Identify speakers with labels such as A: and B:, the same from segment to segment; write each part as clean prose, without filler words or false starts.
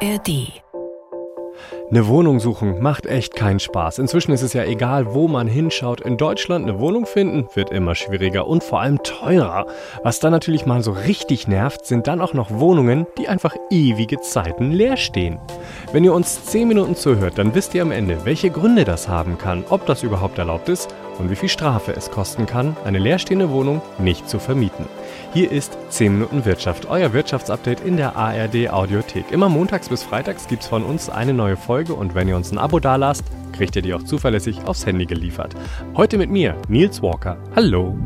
A: ARD.
B: Eine Wohnung suchen macht echt keinen Spaß. Inzwischen ist es ja egal, wo man hinschaut. In Deutschland eine Wohnung finden wird immer schwieriger und vor allem teurer. Was dann natürlich mal so richtig nervt, sind dann auch noch Wohnungen, die einfach ewige Zeiten leer stehen. Wenn ihr uns 10 Minuten zuhört, dann wisst ihr am Ende, welche Gründe das haben kann, ob das überhaupt erlaubt ist und wie viel Strafe es kosten kann, eine leerstehende Wohnung nicht zu vermieten. Hier ist 10 Minuten Wirtschaft, euer Wirtschaftsupdate in der ARD Audiothek. Immer montags bis freitags gibt's von uns eine neue Folge und wenn ihr uns ein Abo dalasst, kriegt ihr die auch zuverlässig aufs Handy geliefert. Heute mit mir, Nils Walker. Hallo!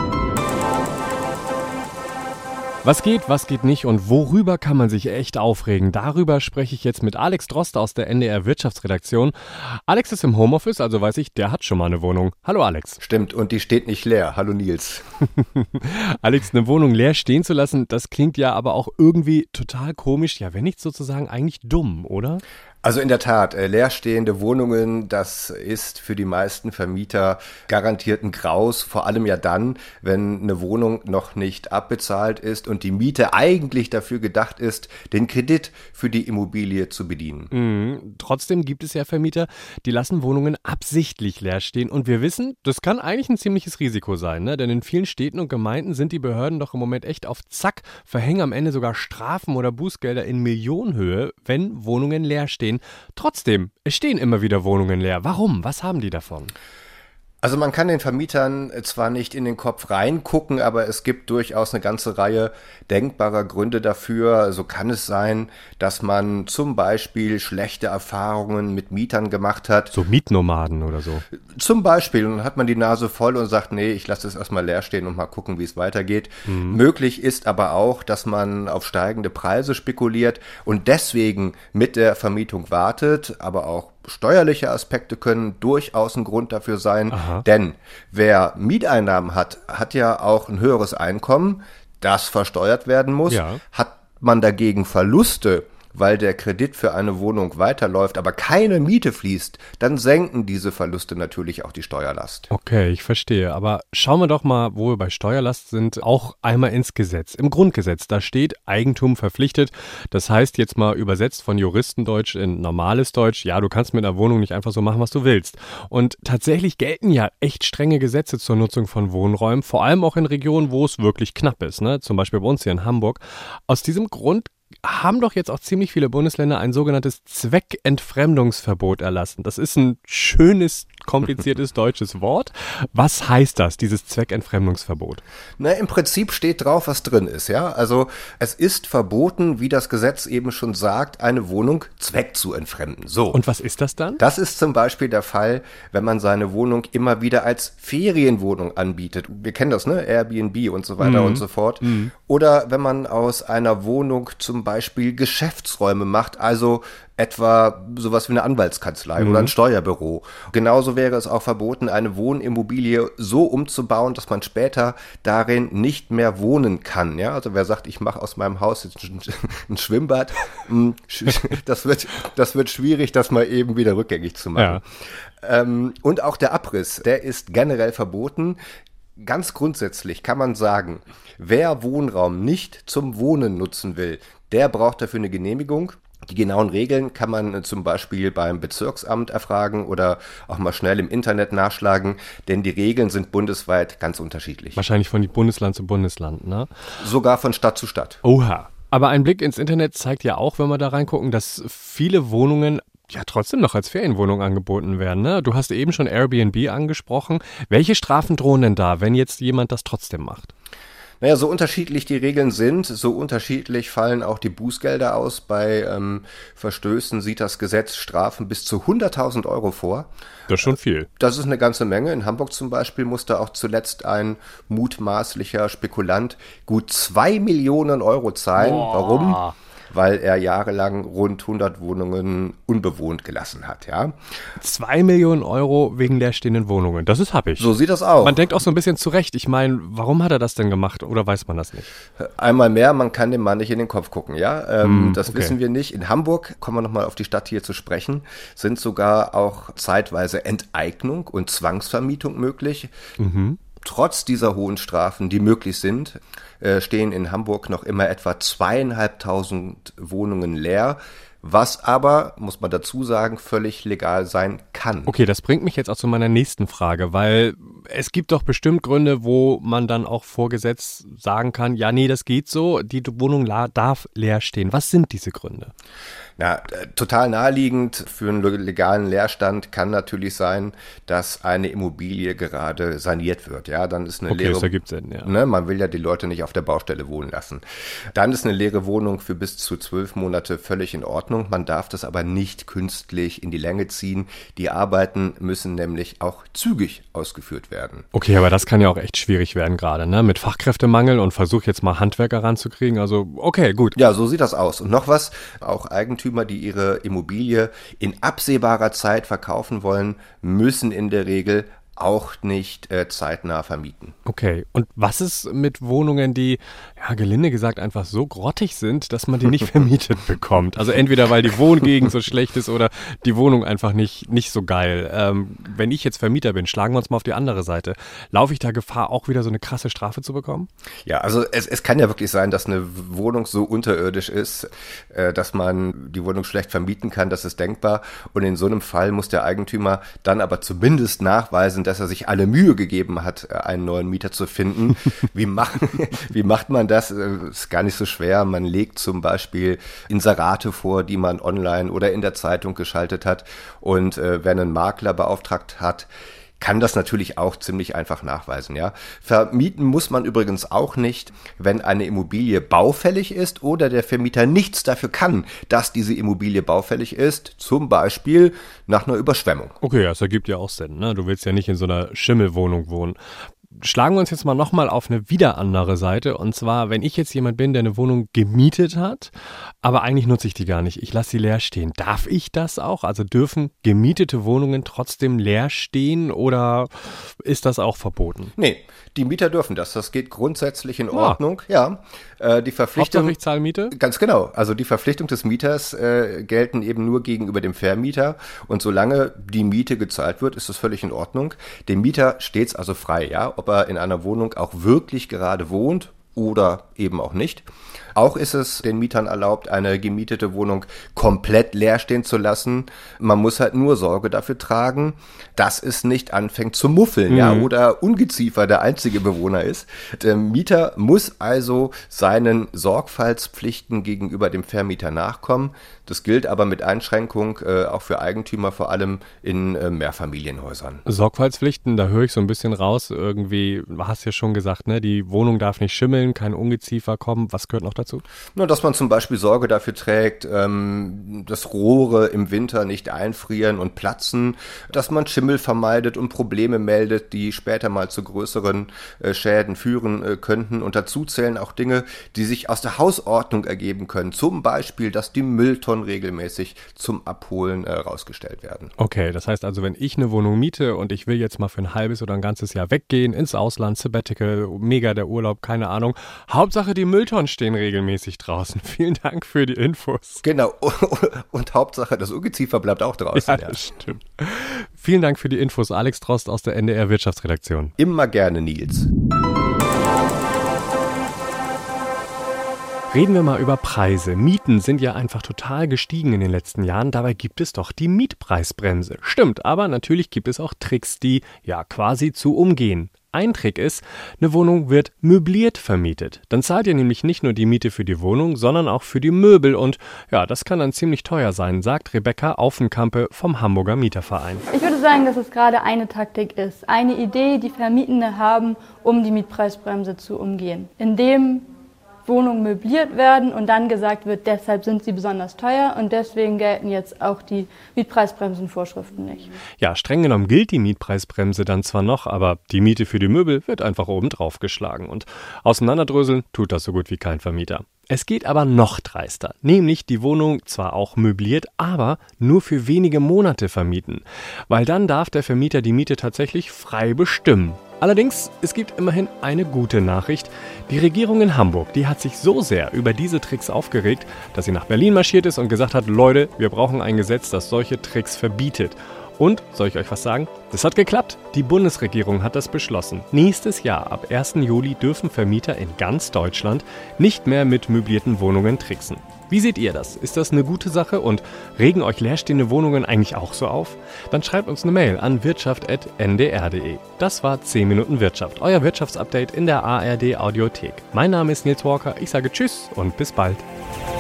B: Was geht nicht und worüber kann man sich echt aufregen? Darüber spreche ich jetzt mit Alex Droste aus der NDR Wirtschaftsredaktion. Alex ist im Homeoffice, also weiß ich, der hat schon mal eine Wohnung. Hallo Alex.
C: Stimmt, und die steht nicht leer. Hallo Nils.
B: Alex, eine Wohnung leer stehen zu lassen, das klingt ja aber auch irgendwie total komisch, ja wenn nicht sozusagen eigentlich dumm, oder?
C: Also in der Tat, leerstehende Wohnungen, das ist für die meisten Vermieter garantiert ein Graus, vor allem ja dann, wenn eine Wohnung noch nicht abbezahlt ist und die Miete eigentlich dafür gedacht ist, den Kredit für die Immobilie zu bedienen.
B: Trotzdem gibt es ja Vermieter, die lassen Wohnungen absichtlich leer stehen und wir wissen, das kann eigentlich ein ziemliches Risiko sein, ne? Denn in vielen Städten und Gemeinden sind die Behörden doch im Moment echt auf Zack, verhängen am Ende sogar Strafen oder Bußgelder in Millionenhöhe, wenn Wohnungen leer stehen. Trotzdem, es stehen immer wieder Wohnungen leer. Warum? Was haben die davon?
C: Also man kann den Vermietern zwar nicht in den Kopf reingucken, aber es gibt durchaus eine ganze Reihe denkbarer Gründe dafür. So kann es sein, dass man zum Beispiel schlechte Erfahrungen mit Mietern gemacht hat.
B: So Mietnomaden oder so?
C: Zum Beispiel. Und dann hat man die Nase voll und sagt, nee, ich lasse es erstmal leer stehen und mal gucken, wie es weitergeht. Möglich ist aber auch, dass man auf steigende Preise spekuliert und deswegen mit der Vermietung wartet, aber auch steuerliche Aspekte können durchaus ein Grund dafür sein, denn wer Mieteinnahmen hat, hat ja auch ein höheres Einkommen, das versteuert werden muss. Ja. Hat man dagegen Verluste, weil der Kredit für eine Wohnung weiterläuft, aber keine Miete fließt, dann senken diese Verluste natürlich auch die Steuerlast.
B: Okay, ich verstehe. Aber schauen wir doch mal, wo wir bei Steuerlast sind, auch einmal ins Gesetz. Im Grundgesetz, da steht Eigentum verpflichtet. Das heißt jetzt mal übersetzt von Juristendeutsch in normales Deutsch, ja, du kannst mit einer Wohnung nicht einfach so machen, was du willst. Und tatsächlich gelten ja echt strenge Gesetze zur Nutzung von Wohnräumen, vor allem auch in Regionen, wo es wirklich knapp ist, ne? Zum Beispiel bei uns hier in Hamburg. Aus diesem Grund haben doch jetzt auch ziemlich viele Bundesländer ein sogenanntes Zweckentfremdungsverbot erlassen. Das ist ein schönes, kompliziertes deutsches Wort. Was heißt das, dieses Zweckentfremdungsverbot?
C: Na, im Prinzip steht drauf, was drin ist, ja. Also es ist verboten, wie das Gesetz eben schon sagt, eine Wohnung zweckzuentfremden. So.
B: Und was ist das dann?
C: Das ist zum Beispiel der Fall, wenn man seine Wohnung immer wieder als Ferienwohnung anbietet. Wir kennen das, ne? Airbnb und so weiter und so fort. Oder wenn man aus einer Wohnung zum Beispiel Geschäftsräume macht, also etwa sowas wie eine Anwaltskanzlei oder ein Steuerbüro. Genauso wäre es auch verboten, eine Wohnimmobilie so umzubauen, dass man später darin nicht mehr wohnen kann. Ja, also wer sagt, ich mache aus meinem Haus jetzt ein Schwimmbad, das wird schwierig, das mal eben wieder rückgängig zu machen. Ja. Und auch der Abriss, der ist generell verboten. Ganz grundsätzlich kann man sagen, wer Wohnraum nicht zum Wohnen nutzen will, der braucht dafür eine Genehmigung. Die genauen Regeln kann man zum Beispiel beim Bezirksamt erfragen oder auch mal schnell im Internet nachschlagen, denn die Regeln sind bundesweit ganz unterschiedlich.
B: Wahrscheinlich von Bundesland zu Bundesland, ne?
C: Sogar von Stadt zu Stadt.
B: Oha. Aber ein Blick ins Internet zeigt ja auch, wenn wir da reingucken, dass viele Wohnungen ja trotzdem noch als Ferienwohnung angeboten werden, ne? Du hast eben schon Airbnb angesprochen. Welche Strafen drohen denn da, wenn jetzt jemand das trotzdem macht?
C: Naja, so unterschiedlich die Regeln sind, so unterschiedlich fallen auch die Bußgelder aus. Bei Verstößen sieht das Gesetz Strafen bis zu 100.000 Euro vor.
B: Das ist schon viel.
C: Das ist eine ganze Menge. In Hamburg zum Beispiel musste auch zuletzt ein mutmaßlicher Spekulant gut 2 Millionen Euro zahlen. Boah. Warum? Weil er jahrelang rund 100 Wohnungen unbewohnt gelassen hat, ja.
B: 2 Millionen Euro wegen leerstehenden Wohnungen, das ist happig.
C: So sieht das aus.
B: Man denkt auch so ein bisschen zurecht. Ich meine, warum hat er das denn gemacht oder weiß man das nicht?
C: Einmal mehr, man kann dem Mann nicht in den Kopf gucken, ja. Das wissen wir nicht. In Hamburg, kommen wir nochmal auf die Stadt hier zu sprechen, sind sogar auch zeitweise Enteignung und Zwangsvermietung möglich. Trotz dieser hohen Strafen, die möglich sind, stehen in Hamburg noch immer etwa 2.500 Wohnungen leer. was aber, muss man dazu sagen, völlig legal sein kann.
B: Okay, das bringt mich jetzt auch zu meiner nächsten Frage, weil es gibt doch bestimmt Gründe, wo man dann auch vor Gesetz sagen kann, ja, nee, das geht so, die Wohnung darf leer stehen. Was sind diese Gründe?
C: Ja, total naheliegend für einen legalen Leerstand kann natürlich sein, dass eine Immobilie gerade saniert wird. Ja, dann ist eine leere.
B: Das ergibt Sinn, ja.
C: Ne, man will ja die Leute nicht auf der Baustelle wohnen lassen. Dann ist eine leere Wohnung für bis zu 12 Monate völlig in Ordnung. Man darf das aber nicht künstlich in die Länge ziehen. Die Arbeiten müssen nämlich auch zügig ausgeführt werden.
B: Okay, aber das kann ja auch echt schwierig werden gerade, ne? Mit Fachkräftemangel und versuch jetzt mal Handwerker ranzukriegen. Also, okay, gut.
C: Ja, so sieht das aus. Und noch was, auch Eigentümer, die ihre Immobilie in absehbarer Zeit verkaufen wollen, müssen in der Regel auch nicht zeitnah vermieten.
B: Okay, und was ist mit Wohnungen, die, ja, gelinde gesagt, einfach so grottig sind, dass man die nicht vermietet bekommt? Also entweder, weil die Wohngegend so schlecht ist oder die Wohnung einfach nicht so geil. Wenn ich jetzt Vermieter bin, schlagen wir uns mal auf die andere Seite. Laufe ich da Gefahr, auch wieder so eine krasse Strafe zu bekommen?
C: Ja, also es kann ja wirklich sein, dass eine Wohnung so unterirdisch ist, dass man die Wohnung schlecht vermieten kann, das ist denkbar. Und in so einem Fall muss der Eigentümer dann aber zumindest nachweisen, dass er sich alle Mühe gegeben hat, einen neuen Mieter zu finden. Wie macht man das? Ist gar nicht so schwer. Man legt zum Beispiel Inserate vor, die man online oder in der Zeitung geschaltet hat. Und wer einen Makler beauftragt hat, kann das natürlich auch ziemlich einfach nachweisen, ja. Vermieten muss man übrigens auch nicht, wenn eine Immobilie baufällig ist oder der Vermieter nichts dafür kann, dass diese Immobilie baufällig ist, zum Beispiel nach einer Überschwemmung.
B: Okay, das ergibt ja auch Sinn, ne? Du willst ja nicht in so einer Schimmelwohnung wohnen. Schlagen wir uns jetzt mal nochmal auf eine wieder andere Seite. Und zwar, wenn ich jetzt jemand bin, der eine Wohnung gemietet hat, aber eigentlich nutze ich die gar nicht. Ich lasse sie leer stehen. Darf ich das auch? Also dürfen gemietete Wohnungen trotzdem leer stehen oder ist das auch verboten?
C: Nee, die Mieter dürfen das. Das geht grundsätzlich in Ordnung. Ja, die Verpflichtung.
B: Hauptsache ich zahle Miete?
C: Ganz genau. Also die Verpflichtung des Mieters gelten eben nur gegenüber dem Vermieter. Und solange die Miete gezahlt wird, ist das völlig in Ordnung. Dem Mieter steht es also frei, ja, ob er in einer Wohnung auch wirklich gerade wohnt oder eben auch nicht. Auch ist es den Mietern erlaubt, eine gemietete Wohnung komplett leer stehen zu lassen. Man muss halt nur Sorge dafür tragen, dass es nicht anfängt zu muffeln, ja, oder Ungeziefer der einzige Bewohner ist. Der Mieter muss also seinen Sorgfaltspflichten gegenüber dem Vermieter nachkommen. Das gilt aber mit Einschränkung auch für Eigentümer, vor allem in Mehrfamilienhäusern.
B: Sorgfaltspflichten, da höre ich so ein bisschen raus. Irgendwie, hast ja schon gesagt, ne, die Wohnung darf nicht schimmeln, kein Ungeziefer kommen. Was gehört noch dazu?
C: Nur, dass man zum Beispiel Sorge dafür trägt, dass Rohre im Winter nicht einfrieren und platzen, dass man Schimmel vermeidet und Probleme meldet, die später mal zu größeren Schäden führen könnten. Und dazu zählen auch Dinge, die sich aus der Hausordnung ergeben können. Zum Beispiel, dass die Mülltonnen regelmäßig zum Abholen rausgestellt werden.
B: Okay, das heißt also, wenn ich eine Wohnung miete und ich will jetzt mal für ein halbes oder ein ganzes Jahr weggehen, ins Ausland, Sabbatical, mega der Urlaub, keine Ahnung. Hauptsache die Mülltonnen stehen regelmäßig draußen. Vielen Dank für die Infos.
C: Genau. Und Hauptsache, das Ungeziefer bleibt auch draußen.
B: Ja, das stimmt. Vielen Dank für die Infos, Alex Drost aus der NDR Wirtschaftsredaktion.
C: Immer gerne, Nils.
B: Reden wir mal über Preise. Mieten sind ja einfach total gestiegen in den letzten Jahren. Dabei gibt es doch die Mietpreisbremse. Stimmt, aber natürlich gibt es auch Tricks, die ja quasi zu umgehen. Ein Trick ist, eine Wohnung wird möbliert vermietet. Dann zahlt ihr nämlich nicht nur die Miete für die Wohnung, sondern auch für die Möbel. Und ja, das kann dann ziemlich teuer sein, sagt Rebecca Aufenkampe vom Hamburger Mieterverein.
A: Ich würde sagen, dass es gerade eine Taktik ist. Eine Idee, die Vermietende haben, um die Mietpreisbremse zu umgehen. Indem Wohnungen möbliert werden und dann gesagt wird, deshalb sind sie besonders teuer und deswegen gelten jetzt auch die Mietpreisbremsenvorschriften nicht.
B: Ja, streng genommen gilt die Mietpreisbremse dann zwar noch, aber die Miete für die Möbel wird einfach oben drauf geschlagen und auseinanderdröseln tut das so gut wie kein Vermieter. Es geht aber noch dreister, nämlich die Wohnung zwar auch möbliert, aber nur für wenige Monate vermieten, weil dann darf der Vermieter die Miete tatsächlich frei bestimmen. Allerdings, es gibt immerhin eine gute Nachricht. Die Regierung in Hamburg, die hat sich so sehr über diese Tricks aufgeregt, dass sie nach Berlin marschiert ist und gesagt hat, Leute, wir brauchen ein Gesetz, das solche Tricks verbietet. Und, soll ich euch was sagen? Das hat geklappt. Die Bundesregierung hat das beschlossen. Nächstes Jahr, ab 1. Juli, dürfen Vermieter in ganz Deutschland nicht mehr mit möblierten Wohnungen tricksen. Wie seht ihr das? Ist das eine gute Sache und regen euch leerstehende Wohnungen eigentlich auch so auf? Dann schreibt uns eine Mail an wirtschaft@ndr.de. Das war 10 Minuten Wirtschaft, euer Wirtschaftsupdate in der ARD Audiothek. Mein Name ist Nils Walker, ich sage Tschüss und bis bald.